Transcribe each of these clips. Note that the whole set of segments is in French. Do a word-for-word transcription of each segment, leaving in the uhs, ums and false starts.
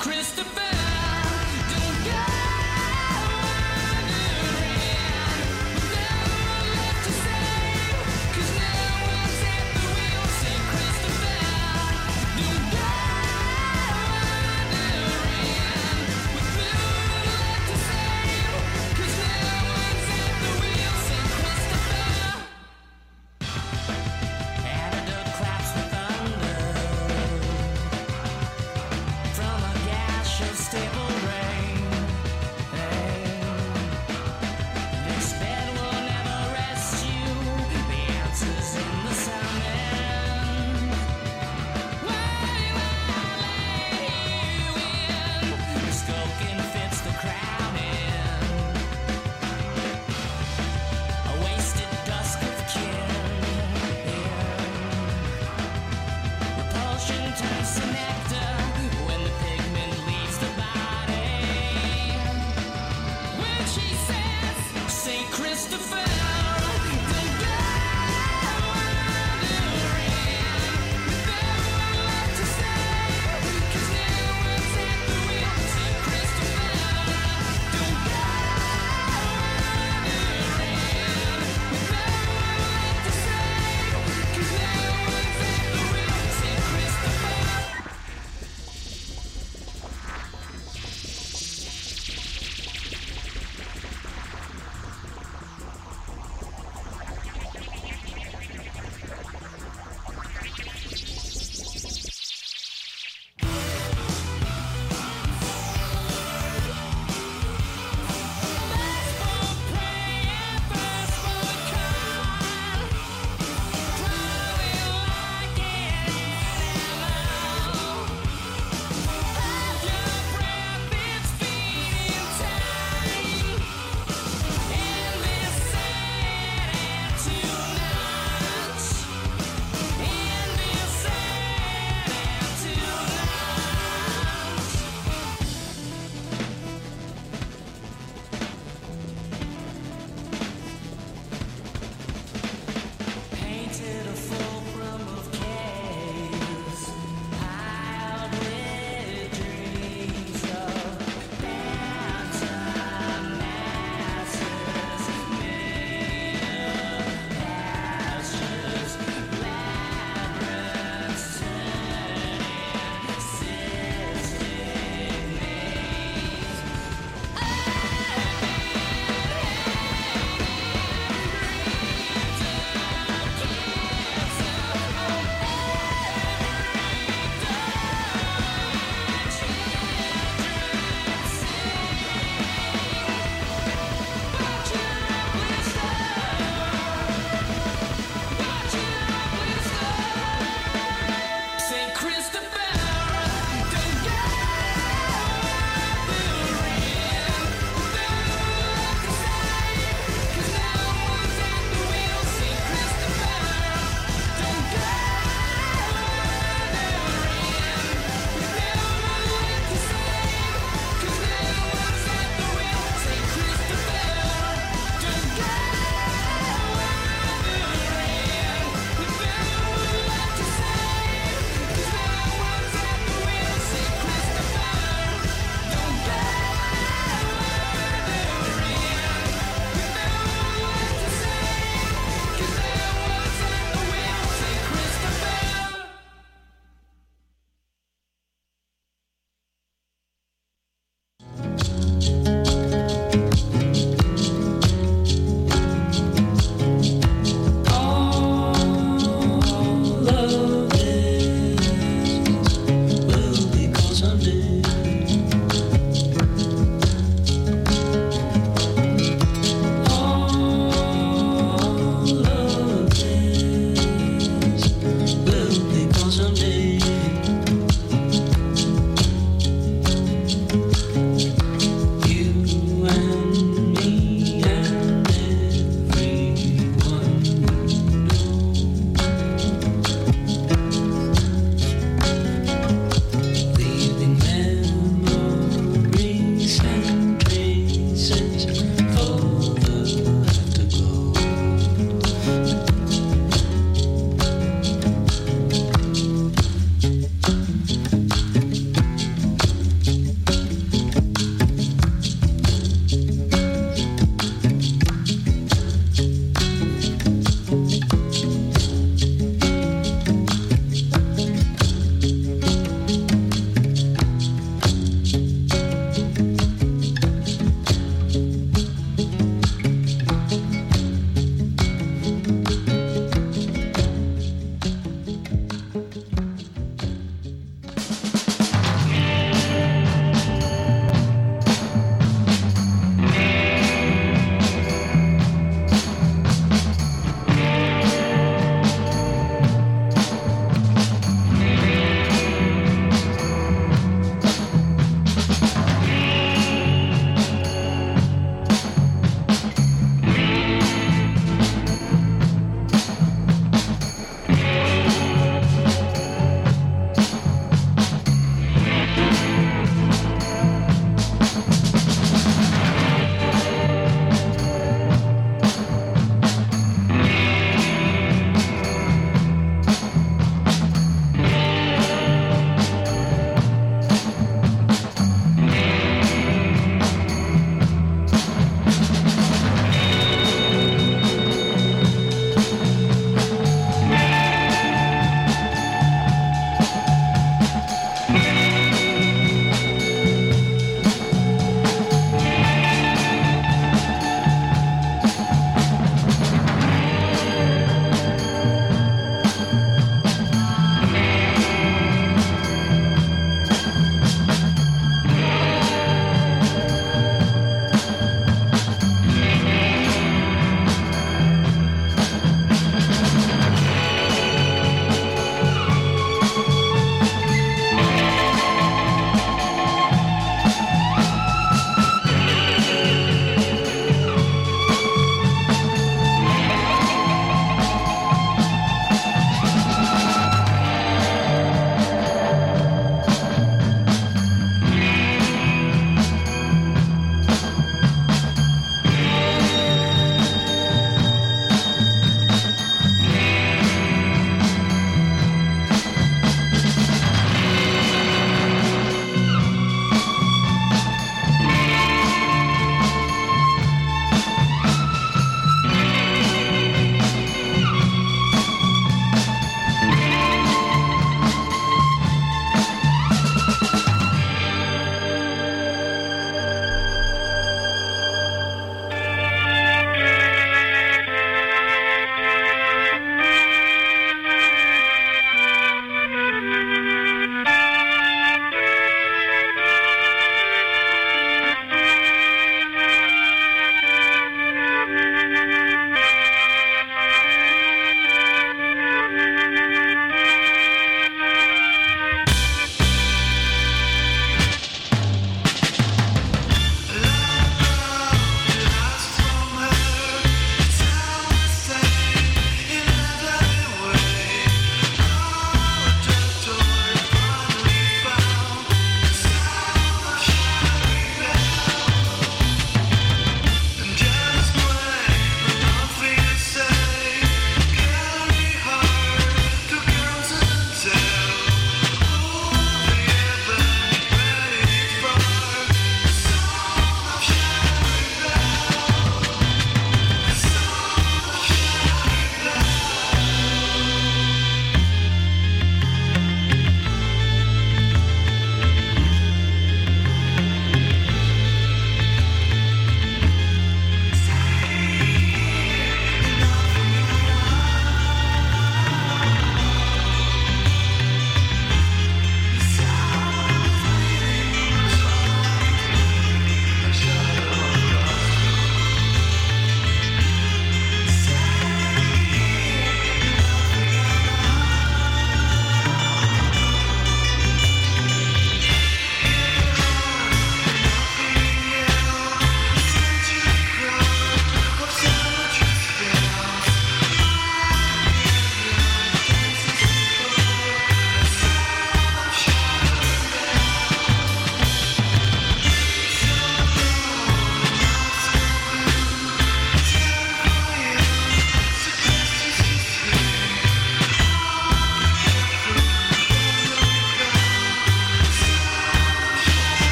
From a gaseous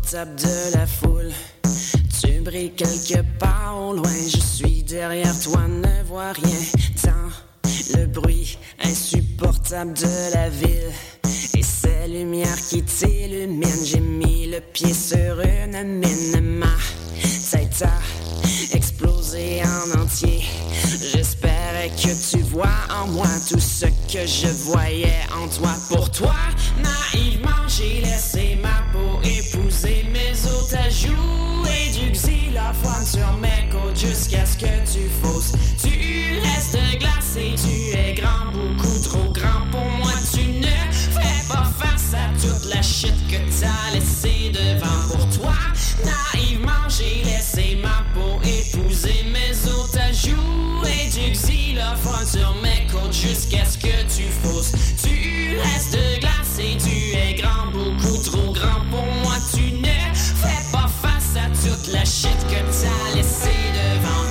insupportable de la foule. Tu brilles quelque part au loin, je suis derrière toi, ne vois rien. Dans le bruit insupportable de la ville et ces lumières qui t'illuminent, j'ai mis le pied sur une mine. Ma tête a explosé en entier. J'espérais que tu vois en moi tout ce que je voyais en toi. Pour toi, naïvement, j'ai laissé ma peau épouser mes os, ta joue et du xylophone sur mes côtes jusqu'à ce que tu fausses. Tu restes glacé, tu es grand, beaucoup trop grand pour moi. Tu ne fais pas face à toute la shit que t'as laissé devant. Pour toi, naïvement, j'ai laissé ma peau épouser mes os, ta joue et du xylophone sur mes côtes jusqu'à ce que tu fausses. Tu restes glacé, tu es grand, beaucoup trop grand pour moi. Tu ne fais pas face à toute la shit que t'as laissé devant.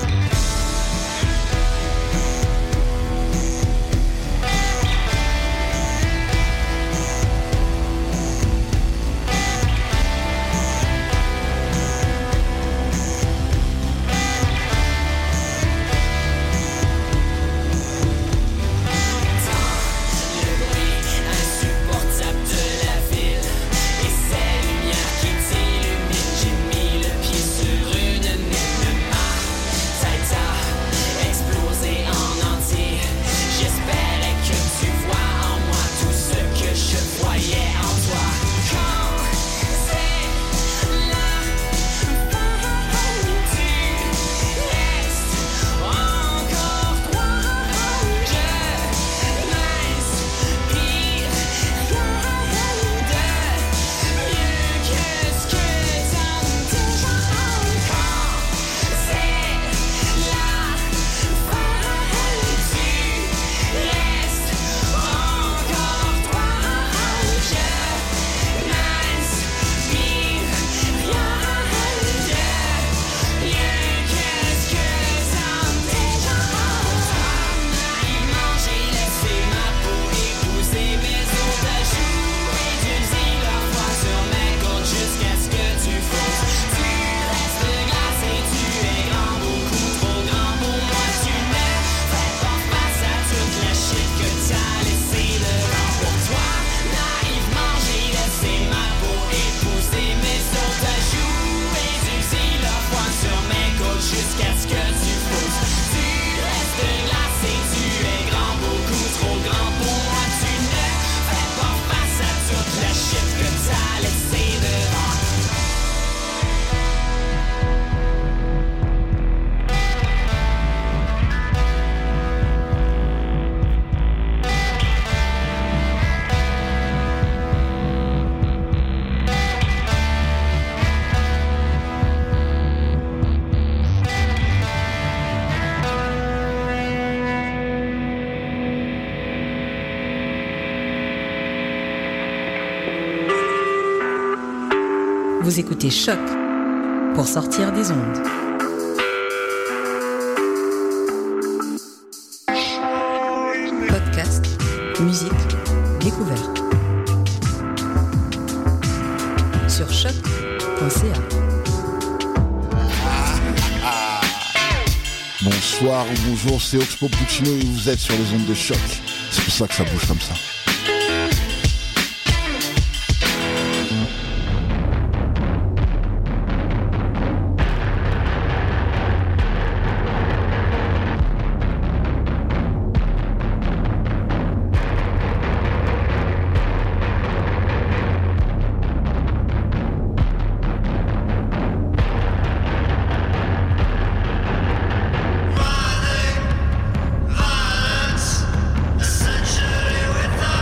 Vous écoutez Choc pour sortir des ondes. Podcast, musique, découverte. Sur choc point c a. Bonsoir ou bonjour, c'est Oxpo Puccino et vous êtes sur les ondes de Choc. C'est pour ça que ça bouge comme ça. Essentially without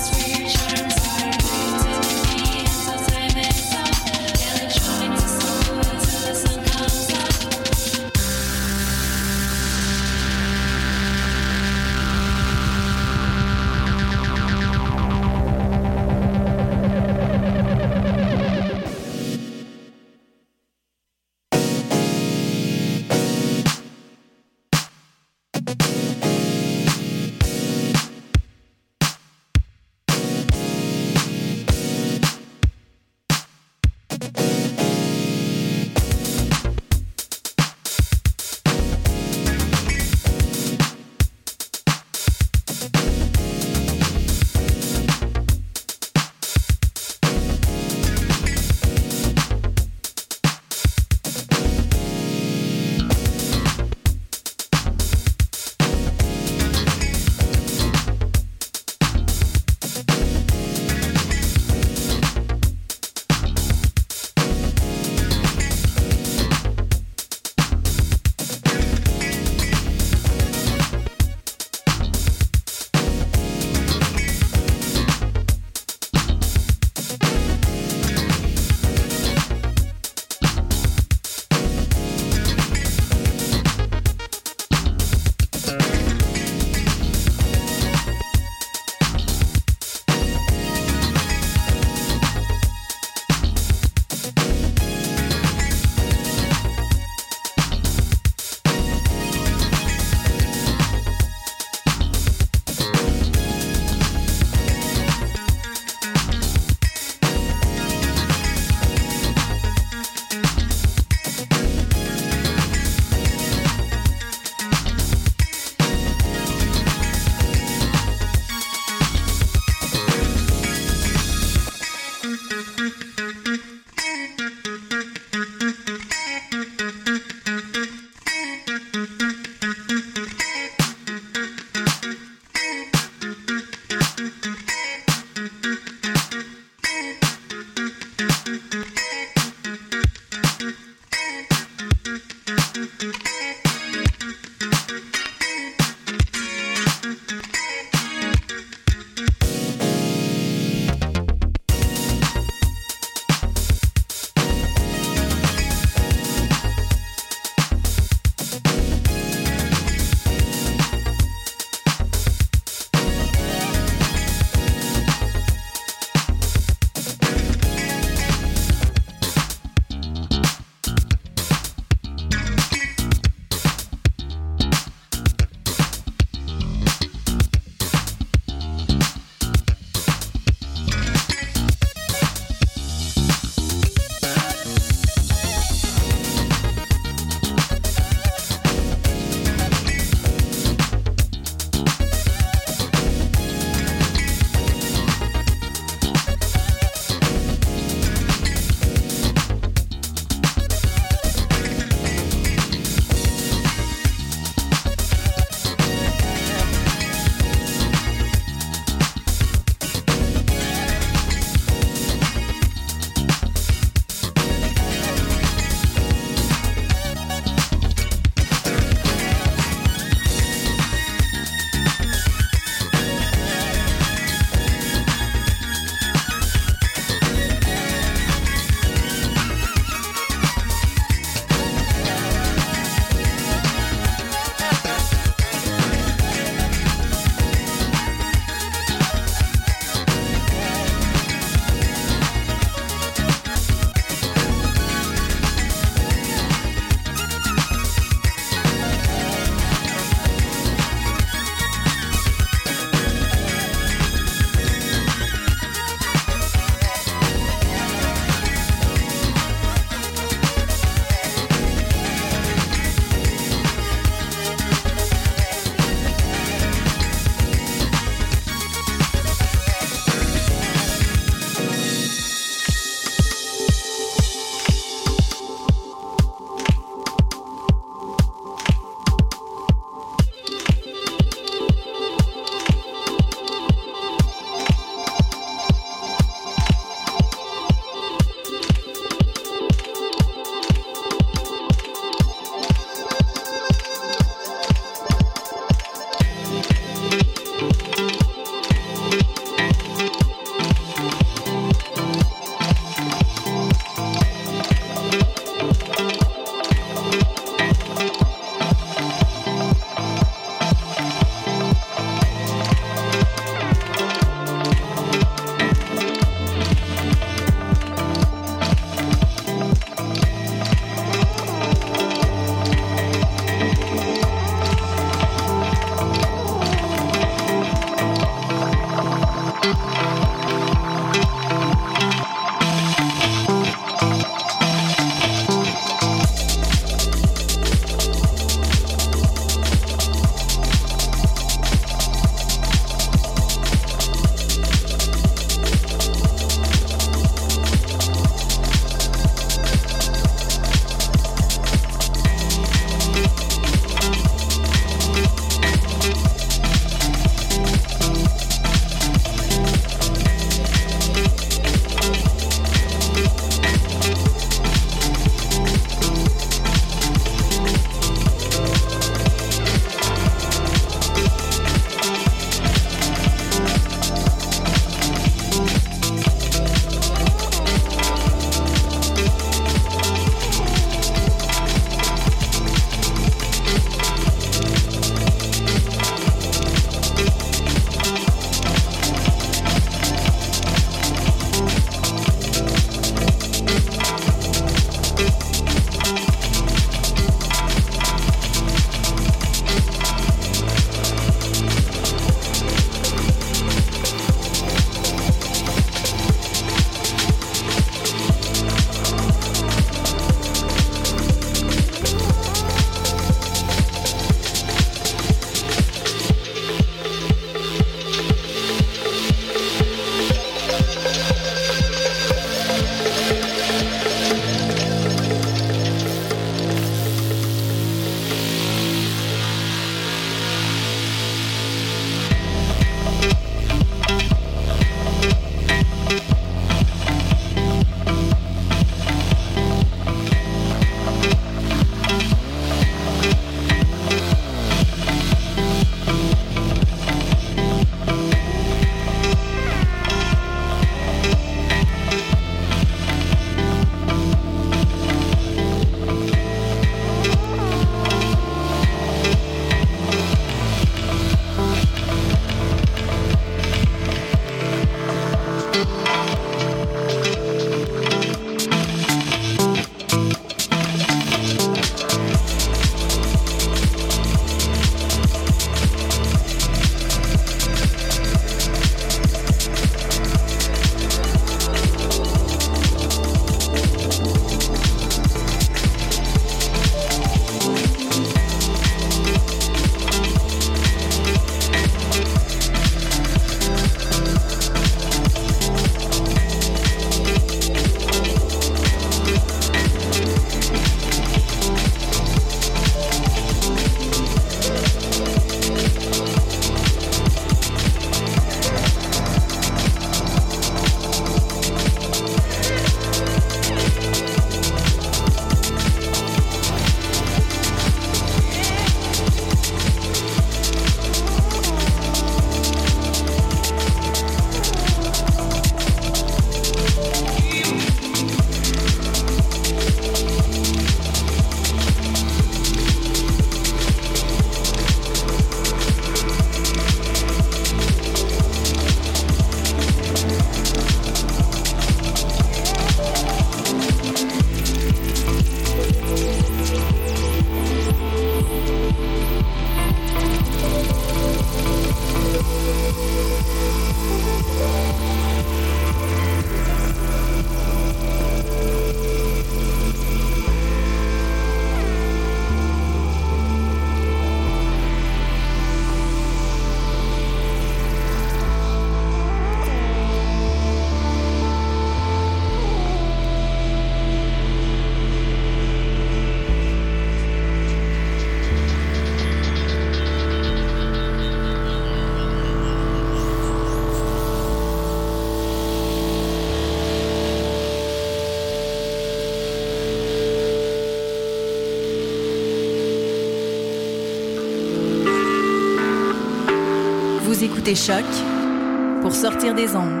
Vous écoutez Choc pour sortir des ondes.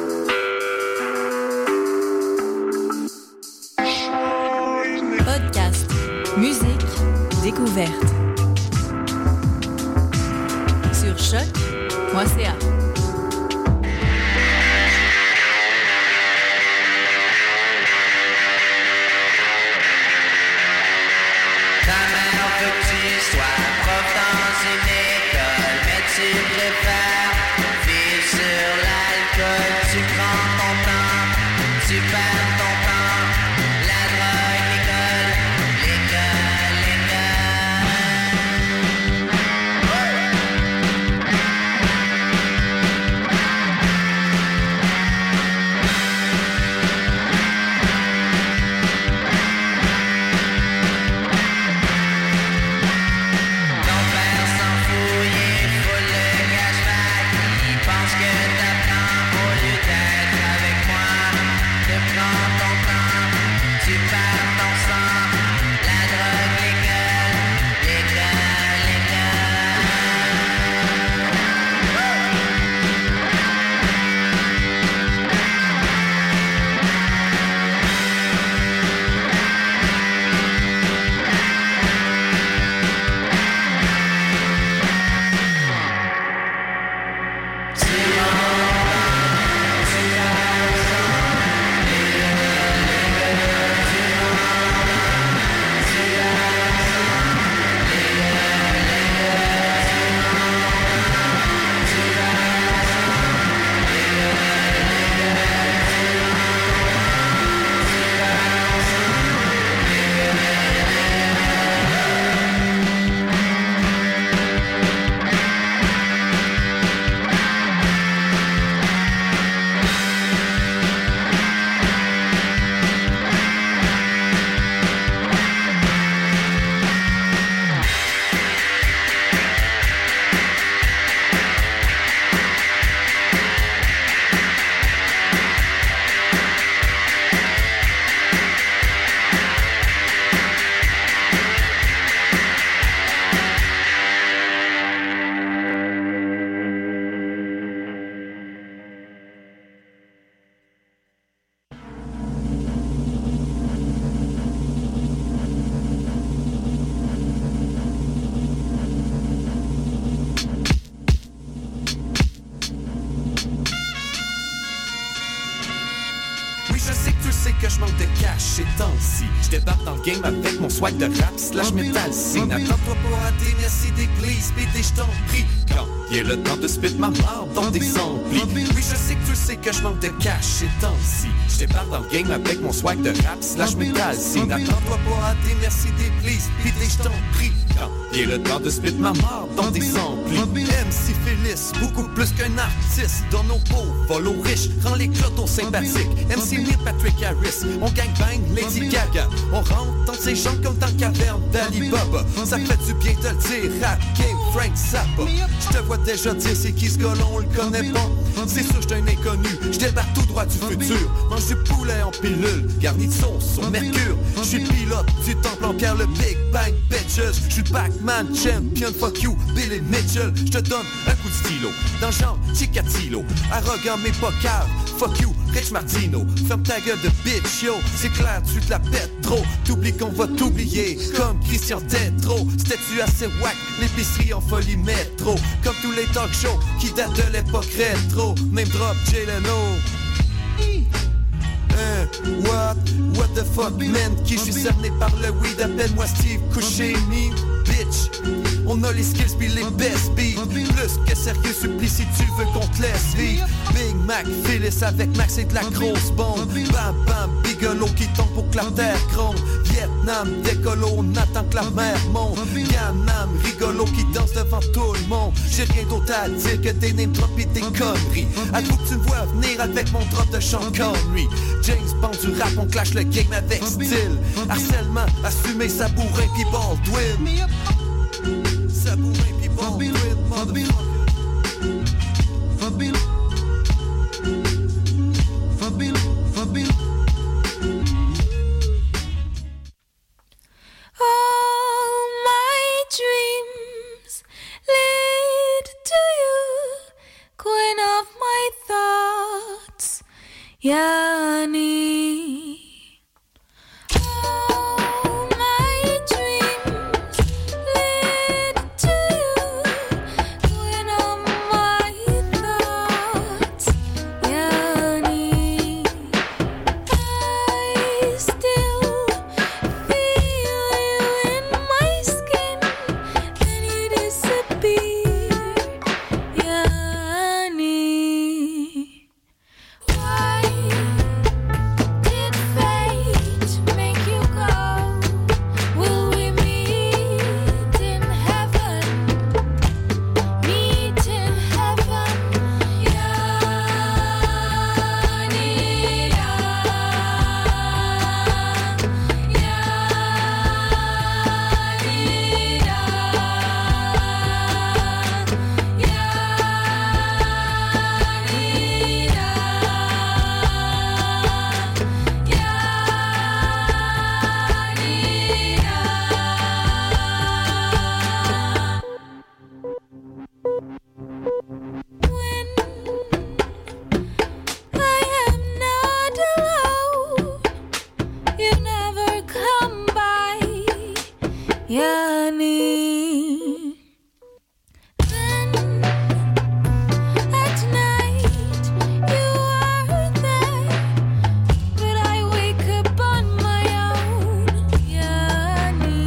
Podcast, musique, découverte. Sur choc point c a. Game avec mon swag de rap slash metal scene. Attends-toi pas à des merci d'église pis des je t'en prie. Quand il est le temps de spit ma marde dans des amplis. Oui je sais que tu sais que je manque de cash ces temps-ci. Je débarque dans le game avec mon swag de rap slash metal scene. Attends-toi pas à des merci d'église pis des je t'en prie. Quand il est le temps de spit ma marde dans des amplis. M C Phyllis, beaucoup plus qu'un artiste. Dans nos pauvres, vol aux riches, rend les clotos sympathiques. M C Neil Patrick Harris, on gangbang Lady Gaga. On rentre dans ces gens comme dans la caverne d'Alibaba. Ça fait du bien de le dire, rap game Frank Zappa. Je te vois déjà dire c'est qui ce gars-là, on le connaît pas. C'est sûr j'suis un inconnu, j'débarque tout droit du futur. Mange du poulet en pilule, garni de sauce sur mercure. J'suis pilote du temple en pierre, le Big Bang bitches. J'suis Pac-Man champion, fuck you Billy Mitchell. J'te donne un coup de stylo, dans le genre Chikatilo. Arrogant mais pas cave, fuck you Rich Martino. Ferme ta gueule de bitch yo, c'est clair tu te la pètes trop. T'oublies qu'on va t'oublier, comme Christian Tetro. C'était-tu assez whack, l'épicerie en folie métro. Comme tous les talk shows qui datent de l'époque rétro. Name drop Jay Leno. Hein, what, what the fuck man, qui je suis cerné par le weed, appelle-moi Steve Buscemi. Bitch, on a les skills pis les best beats. Plus que sérieux supplie si tu veux qu'on te laisse vivre. Big Mac, Phyllis avec Max et de la grosse bombe. Bam bam, Bigelow qui tombe pour que la terre gronde. Vietnam, décolo, on attend que la mer monte. Vietnam, rigolo qui danse devant tout le monde. J'ai rien d'autre à dire que des name drop et des conneries. Avoue que tu me vois venir avec mon drop de Sean Connery. James Bond du rap, on clash le game avec style. Harcèlement, assumer, sabourin pis Baldwin. Sabourin pis Baldwin, motherfucker. All my dreams lead to you. Yani. Oh, my dreams lead to you when all my thoughts Yani. I still feel you in my skin, then you disappear Yani. Why did fate make you go? Will we meet in heaven? Meet in heaven, Yani, when I am not alone, you never come by, Yani. Then at night you are there, but I wake up on my own, Yani.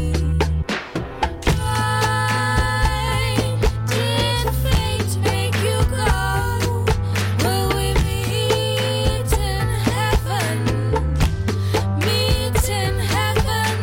Why did fate make you go? Will we meet in heaven? Meet in heaven,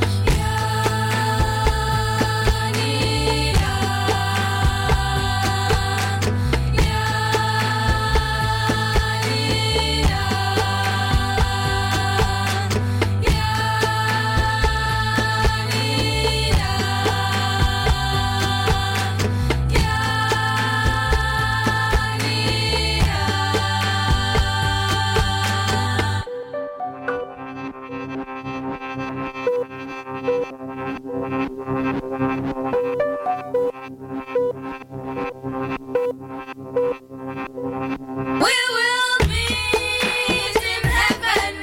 we will meet in heaven.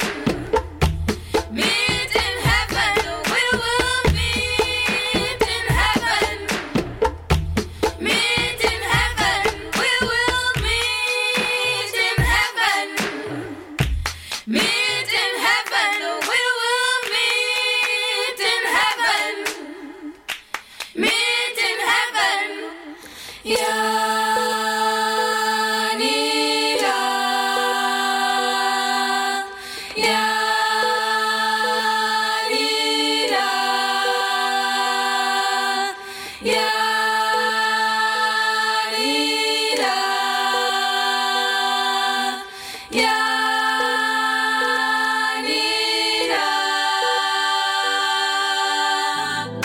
Meet in heaven. We will meet in heaven. Meet in heaven. We will meet in heaven. Meet in heaven. We will meet in heaven. Meet in heaven. Yanida, Yanida, Yanida, Yanida.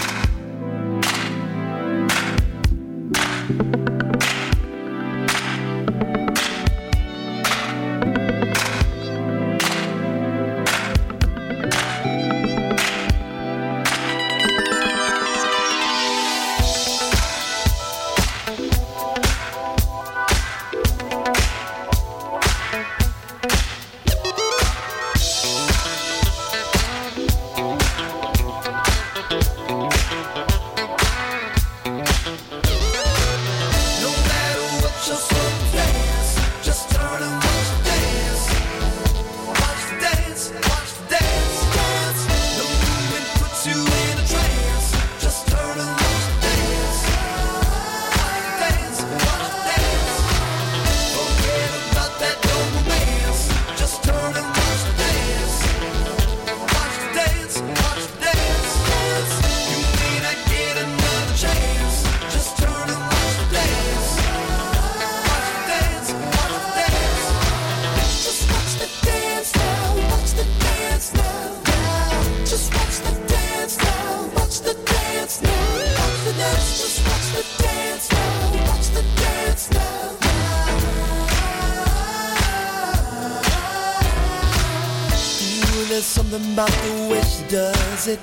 No matter what your circumstance, just turn and watch the dance. Watch the dance, watch the dance, dance. No movement puts you in a trance. Just turn and watch the dance. Watch the dance, watch the dance. Forget about that old romance. Just turn and watch the dance. Watch the dance, watch the dance, dance. You may not get another chance. Just turn and watch the dance. Watch the dance, watch the dance. Just watch the dance now, watch the dance now. Just watch the dance now, watch the dance now. Watch the dance, just watch the dance now, watch the dance now. Ooh, there's something about the way she does it.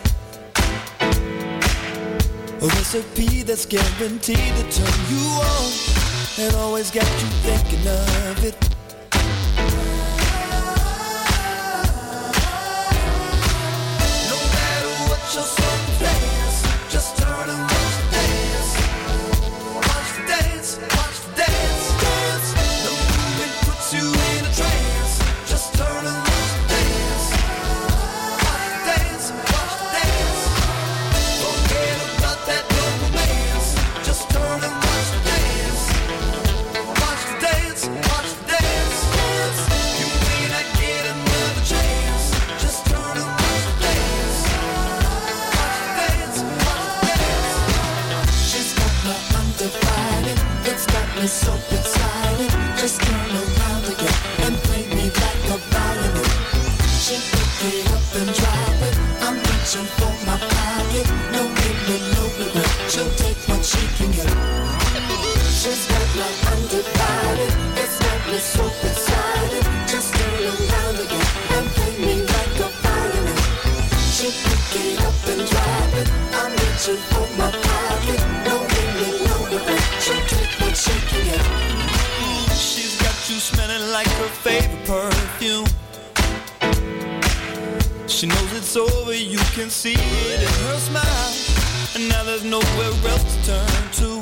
A recipe that's guaranteed to turn you on and always got you thinking of it. me so excited. Just turn around again and play me like a violin. She pick it up and drop it. I'm reaching for my pocket. No limit, no regret. She'll take what she can get. She's got my undivided. It's got me so excited. Just turn around again and play me like a violin. She pick it up and drop it. I'm reaching for my pocket. No limit, no regret. She'll take what she can get. She's got you smelling like her favorite perfume. She knows it's over, you can see it in her smile. And now there's nowhere else to turn to.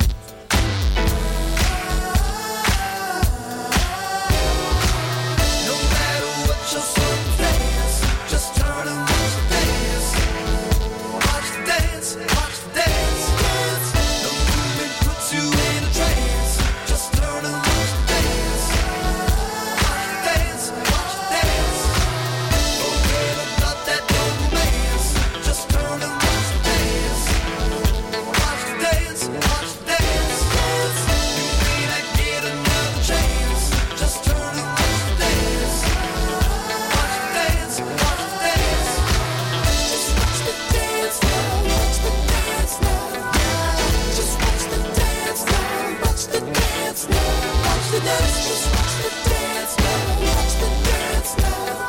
No matter what your circumstance, just turn and watch the dance. Watch the dance, watch the dance, dance. The movement puts you in a trance. Just turn and watch the dance. Watch the dance, watch the dance. Forget about that romance. Just turn and watch the dance. Watch the dance, watch the dance, dance. You may not get another chance. Just turn and watch the dance. Watch the dance, watch the dance. Just watch the dance now, watch the dance now. Just watch the dance now, watch the dance now. Watch the dance, just watch the dance now, watch the dance now.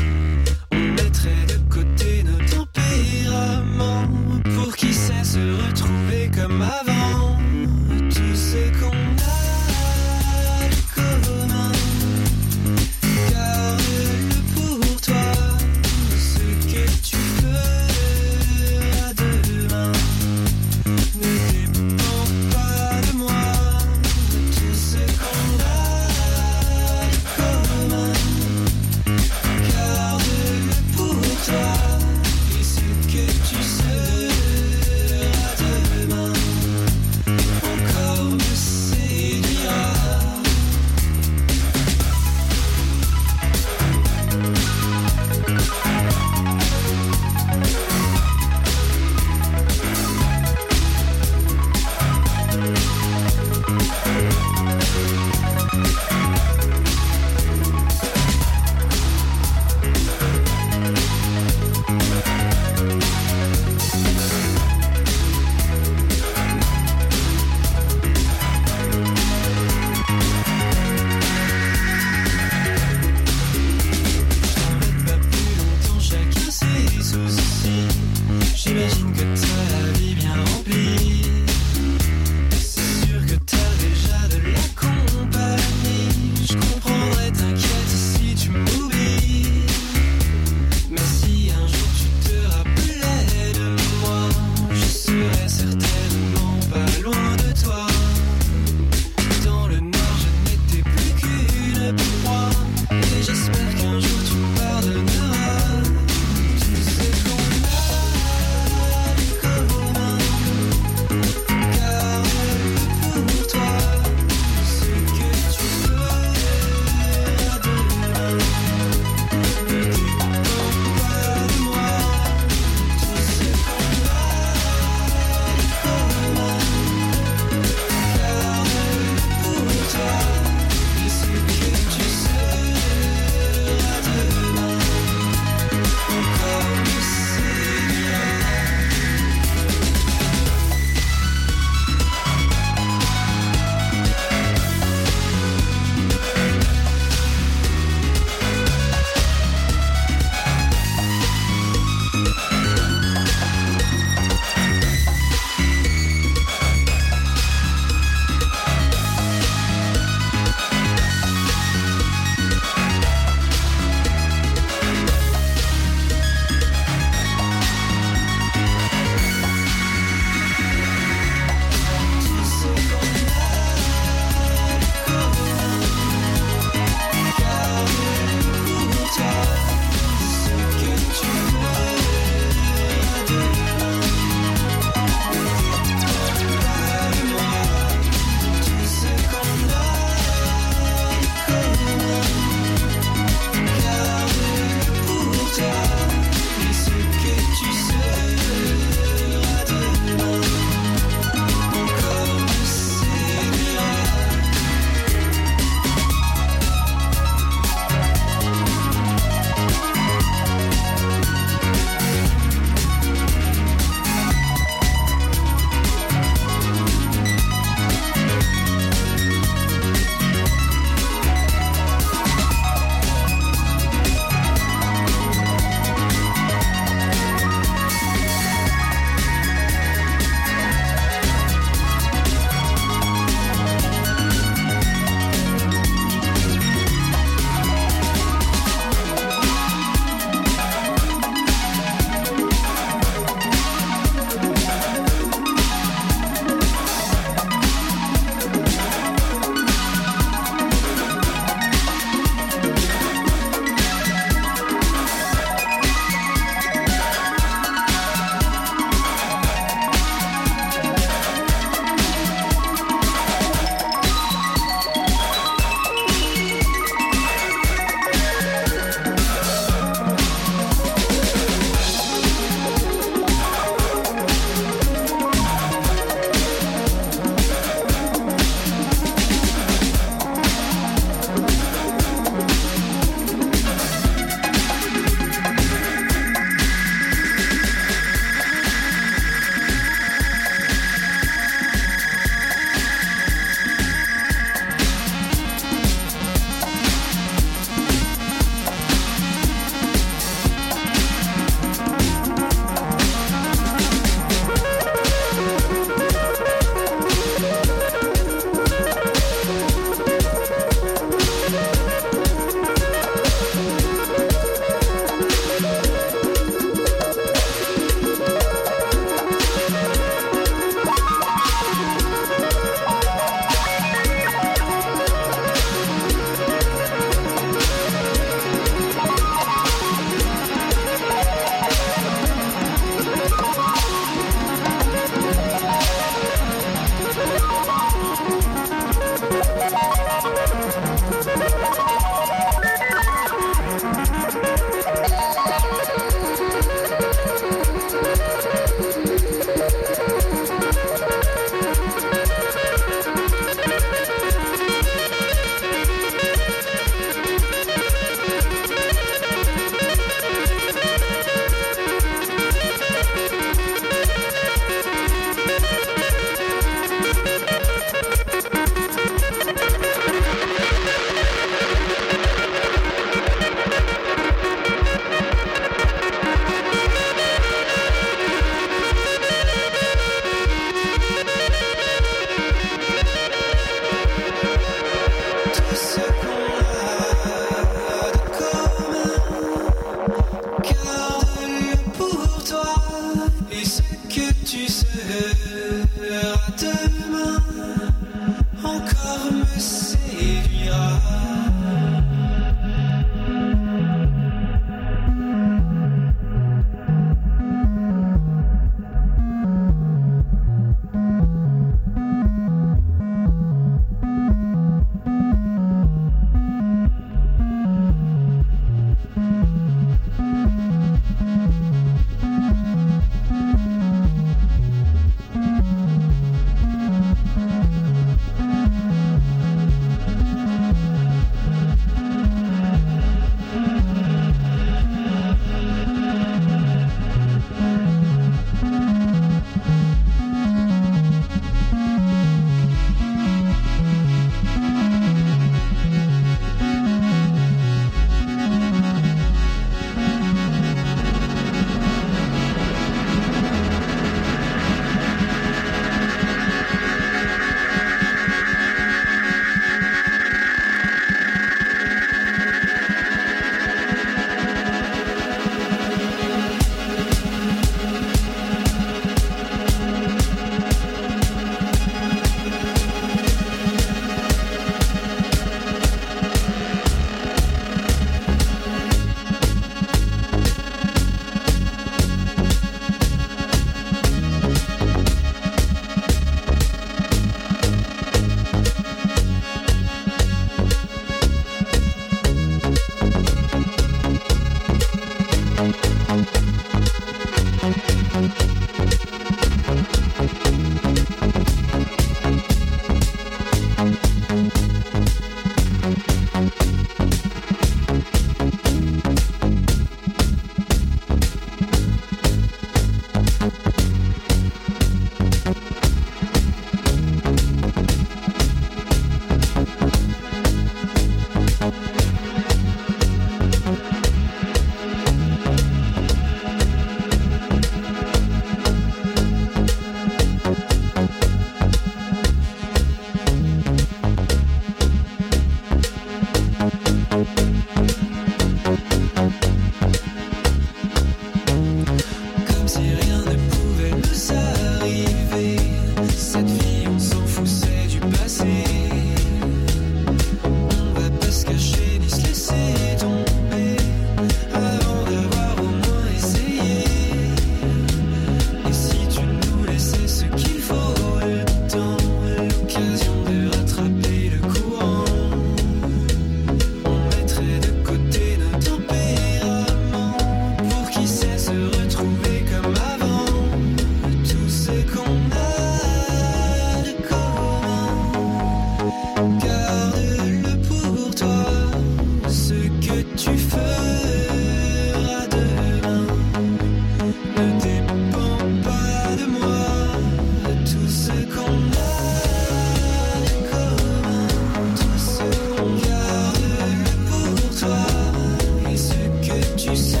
tu feras demain ne dépend pas de moi. Tout ce qu'on a de commun, tout ce qu'on garde pour toi, et ce que tu seras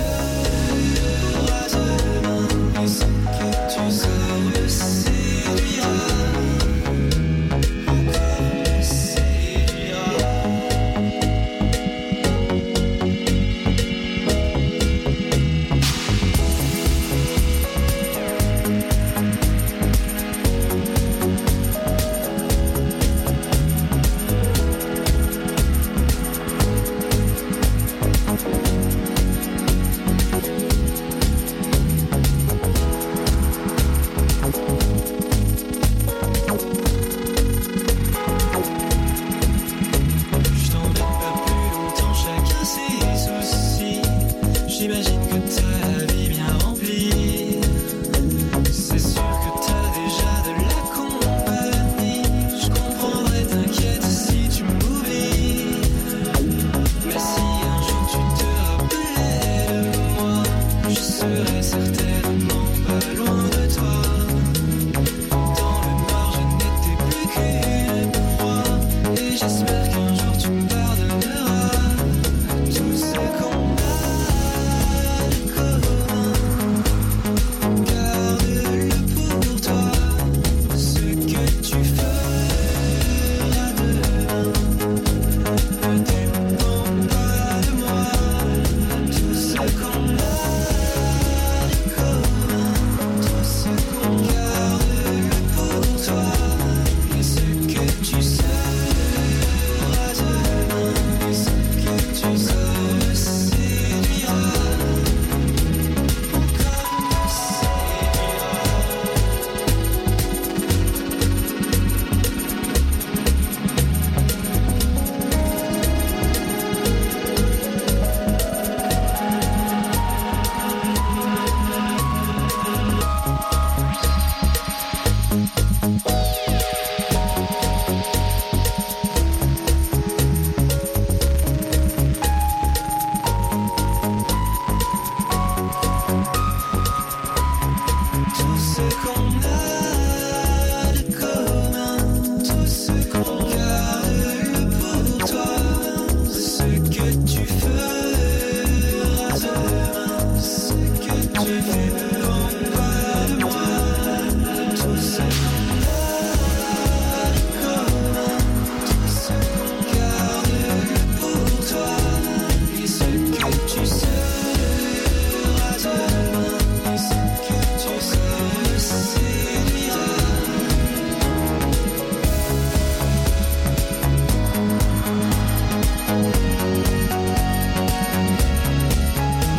demain, et ce que tu seras me séduira, encore me séduira. Je t'embête pas plus longtemps, chacun ses soucis. J'imagine